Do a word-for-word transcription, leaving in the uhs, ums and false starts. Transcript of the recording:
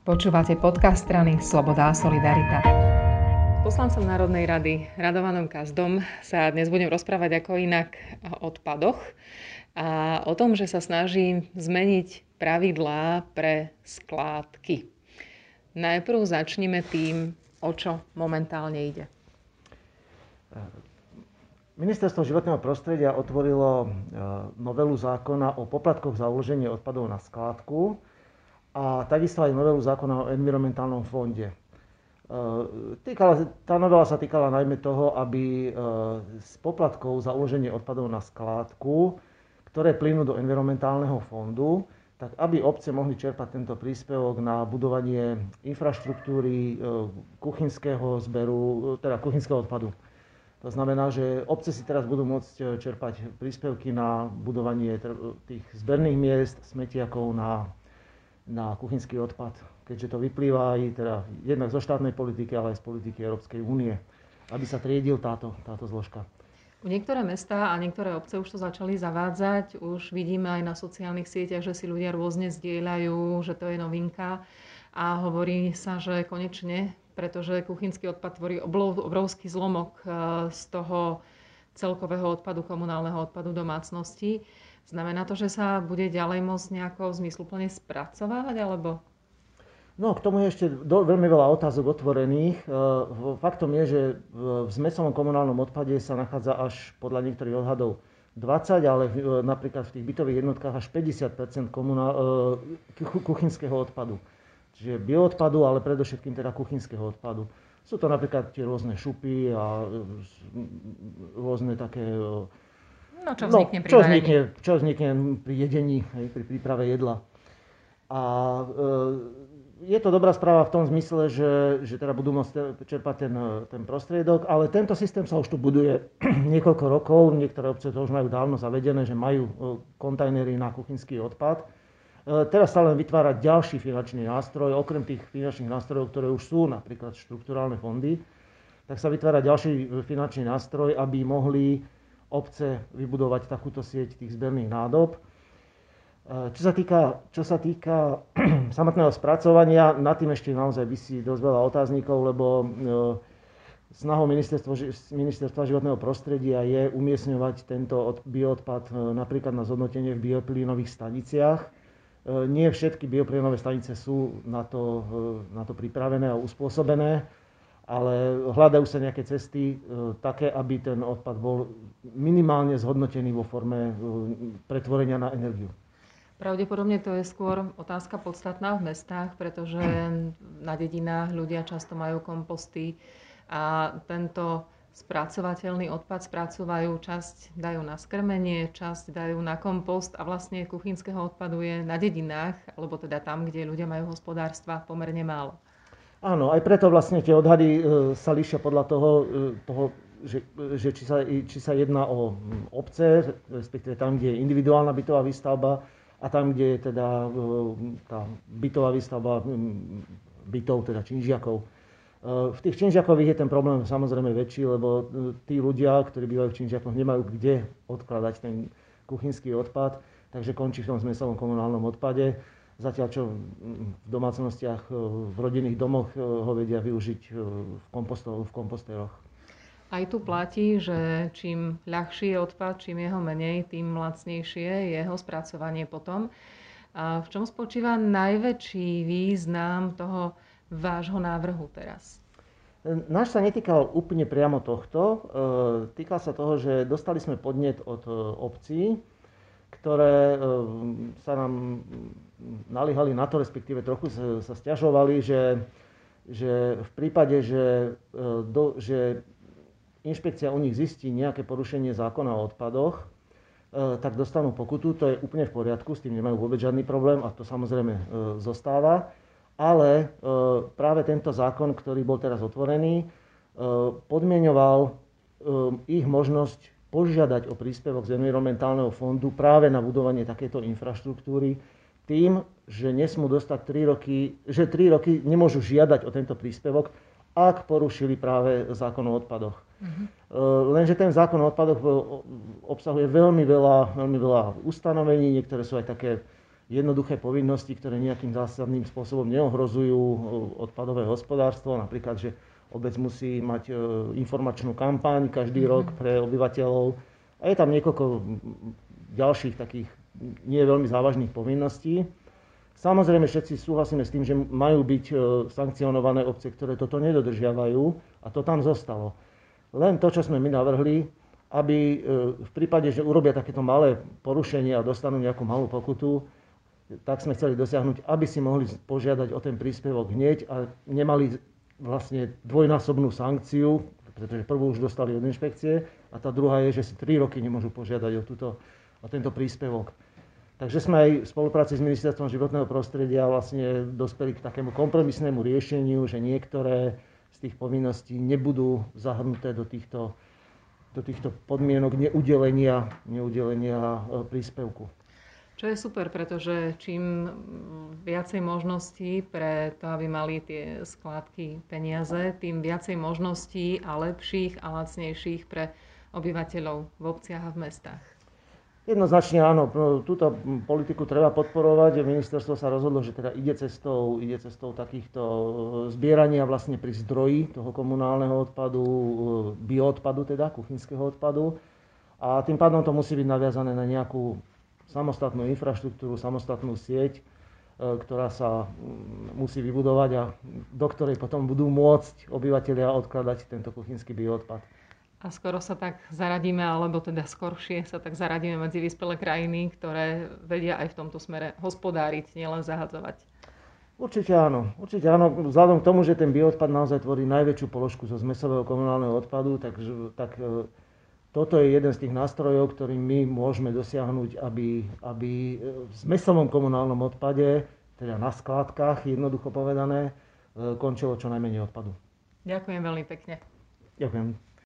Počúvate podcast strany Sloboda a Solidarita. S poslancom Národnej rady Radovanom Kazdom sa dnes budem rozprávať ako inak o odpadoch a o tom, že sa snažím zmeniť pravidlá pre skládky. Najprv začneme tým, o čo momentálne ide. Ministerstvo životného prostredia otvorilo novelu zákona o poplatkoch za uloženie odpadov na skládku a takisto aj novelu zákona o environmentálnom fonde. Týkala, tá novela sa týkala najmä toho, aby z poplatkov za uloženie odpadov na skládku, ktoré plynú do environmentálneho fondu, tak aby obce mohli čerpať tento príspevok na budovanie infraštruktúry kuchynského zberu, teda kuchynského odpadu. To znamená, že obce si teraz budú môcť čerpať príspevky na budovanie tých zberných miest, smetiakov na, na kuchynský odpad, keďže to vyplýva aj teda jednak zo štátnej politiky, ale aj z politiky Európskej únie, aby sa triedil táto, táto zložka. Niektoré mestá a niektoré obce už to začali zavádzať. Už vidíme aj na sociálnych sieťach, že si ľudia rôzne zdieľajú, že to je novinka. A hovorí sa, že konečne, pretože kuchynský odpad tvorí obrovský zlomok z toho celkového odpadu, komunálneho odpadu domácností. Znamená to, že sa bude ďalej môcť nejako zmysluplne spracovávať, alebo? No, k tomu je ešte do, veľmi veľa otázok otvorených. E, faktom je, že v zmesovom komunálnom odpade sa nachádza až podľa niektorých odhadov dvadsať, ale v, napríklad v tých bytových jednotkách až päťdesiat percent komunál, e, kuchynského odpadu. Čiže bioodpadu, ale predovšetkým teda kuchynského odpadu. Sú to napríklad tie rôzne šupy a rôzne také... No, čo vznikne no, pri čo vznikne, čo vznikne pri jedení, hej, pri príprave jedla. A e, je to dobrá správa v tom zmysle, že, že teda budú môcť čerpať ten, ten prostriedok, ale tento systém sa už tu buduje niekoľko rokov. Niektoré obce to už majú dávno zavedené, že majú kontajnery na kuchynský odpad. Teraz sa len vytvárať ďalší finančný nástroj, okrem tých finančných nástrojov, ktoré už sú, napríklad štrukturálne fondy, tak sa vytvára ďalší finančný nástroj, aby mohli obce vybudovať takúto sieť tých zberných nádob. Čo sa týka, čo sa týka samotného spracovania, nad tým ešte naozaj visí dosť veľa otáznikov, lebo snahou ministerstva, ministerstva životného prostredia je umiestňovať tento bioodpad napríklad na zhodnotenie v bioplynových staniciach. Nie všetky bioplynové stanice sú na to, na to pripravené a uspôsobené, ale hľadajú sa nejaké cesty také, aby ten odpad bol minimálne zhodnotený vo forme pretvorenia na energiu. Pravdepodobne to je skôr otázka podstatná v mestách, pretože na dedinách ľudia často majú komposty a tento spracovateľný odpad spracovajú, časť dajú na skrmenie, časť dajú na kompost a vlastne kuchynského odpadu je na dedinách, alebo teda tam, kde ľudia majú hospodárstva, pomerne málo. Áno, aj preto vlastne tie odhady sa líšia podľa toho, toho že, že či, sa, či sa jedná o obce, respektíve tam, kde je individuálna bytová výstavba a tam, kde je teda tá bytová výstavba bytov, teda činžiakov. V tých činžiakových je ten problém samozrejme väčší, lebo tí ľudia, ktorí bývajú v činžiakoch, nemajú kde odkladať ten kuchynský odpad, takže končí v tom zmesovom komunálnom odpade. Zatiaľ čo v domácnostiach, v rodinných domoch ho vedia využiť v, komposto- v kompostéroch. Aj tu platí, že čím ľahší je odpad, čím jeho menej, tým lacnejšie je jeho spracovanie potom. A v čom spočíva najväčší význam toho vášho návrhu teraz? Náš sa netýkal úplne priamo tohto. Týkal sa toho, že dostali sme podnet od obcí, ktoré sa nám nalíhali na to, respektíve trochu sa sťažovali, že, že v prípade, že, do, že inšpekcia u nich zistí nejaké porušenie zákona o odpadoch, tak dostanú pokutu. To je úplne v poriadku, s tým nemajú vôbec žiadny problém a to samozrejme zostáva. Ale práve tento zákon, ktorý bol teraz otvorený, podmieňoval ich možnosť požiadať o príspevok z environmentálneho fondu práve na budovanie takéto infraštruktúry tým, že nesmú dostať tri roky, že tri roky nemôžu žiadať o tento príspevok, ak porušili práve zákon o odpadoch. Uh-huh. Lenže ten zákon o odpadoch obsahuje veľmi veľa, veľmi veľa ustanovení, niektoré sú aj také jednoduché povinnosti, ktoré nejakým zásadným spôsobom neohrozujú odpadové hospodárstvo. Napríklad, že obec musí mať informačnú kampaň každý mm-hmm. rok pre obyvateľov. A je tam niekoľko ďalších takých nie veľmi závažných povinností. Samozrejme, všetci súhlasíme s tým, že majú byť sankcionované obce, ktoré toto nedodržiavajú, a to tam zostalo. Len to, čo sme my navrhli, aby v prípade, že urobia takéto malé porušenie a dostanú nejakú malú pokutu, tak sme chceli dosiahnuť, aby si mohli požiadať o ten príspevok hneď a nemali vlastne dvojnásobnú sankciu, pretože prvú už dostali od inšpekcie a tá druhá je, že si tri roky nemôžu požiadať o, túto, o tento príspevok. Takže sme aj v spolupráci s Ministerstvom životného prostredia vlastne dospeli k takému kompromisnému riešeniu, že niektoré z tých povinností nebudú zahrnuté do týchto, do týchto podmienok neudelenia, neudelenia príspevku. Čo je super, pretože čím viacej možností pre to, aby mali tie skládky peniaze, tým viacej možností a lepších a lacnejších pre obyvateľov v obciach a v mestách. Jednoznačne áno, túto politiku treba podporovať. Ministerstvo sa rozhodlo, že teda ide cestou, ide cestou takýchto zbierania vlastne pri zdroji toho komunálneho odpadu, bioodpadu teda, kuchynského odpadu. A tým pádom to musí byť naviazané na nejakú samostatnú infraštruktúru, samostatnú sieť, ktorá sa musí vybudovať a do ktorej potom budú môcť obyvatelia odkladať tento kuchynský bioodpad. A skoro sa tak zaradíme, alebo teda skoršie sa tak zaradíme medzi vyspelé krajiny, ktoré vedia aj v tomto smere hospodáriť, nielen zahadzovať. Určite áno. Určite áno. Vzhľadom k tomu, že ten bioodpad naozaj tvorí najväčšiu položku zo zmesového komunálneho odpadu, tak, tak toto je jeden z tých nástrojov, ktorým my môžeme dosiahnuť, aby, aby v zmesovom komunálnom odpade, teda na skládkach, jednoducho povedané, končilo čo najmenej odpadu. Ďakujem veľmi pekne. Ďakujem.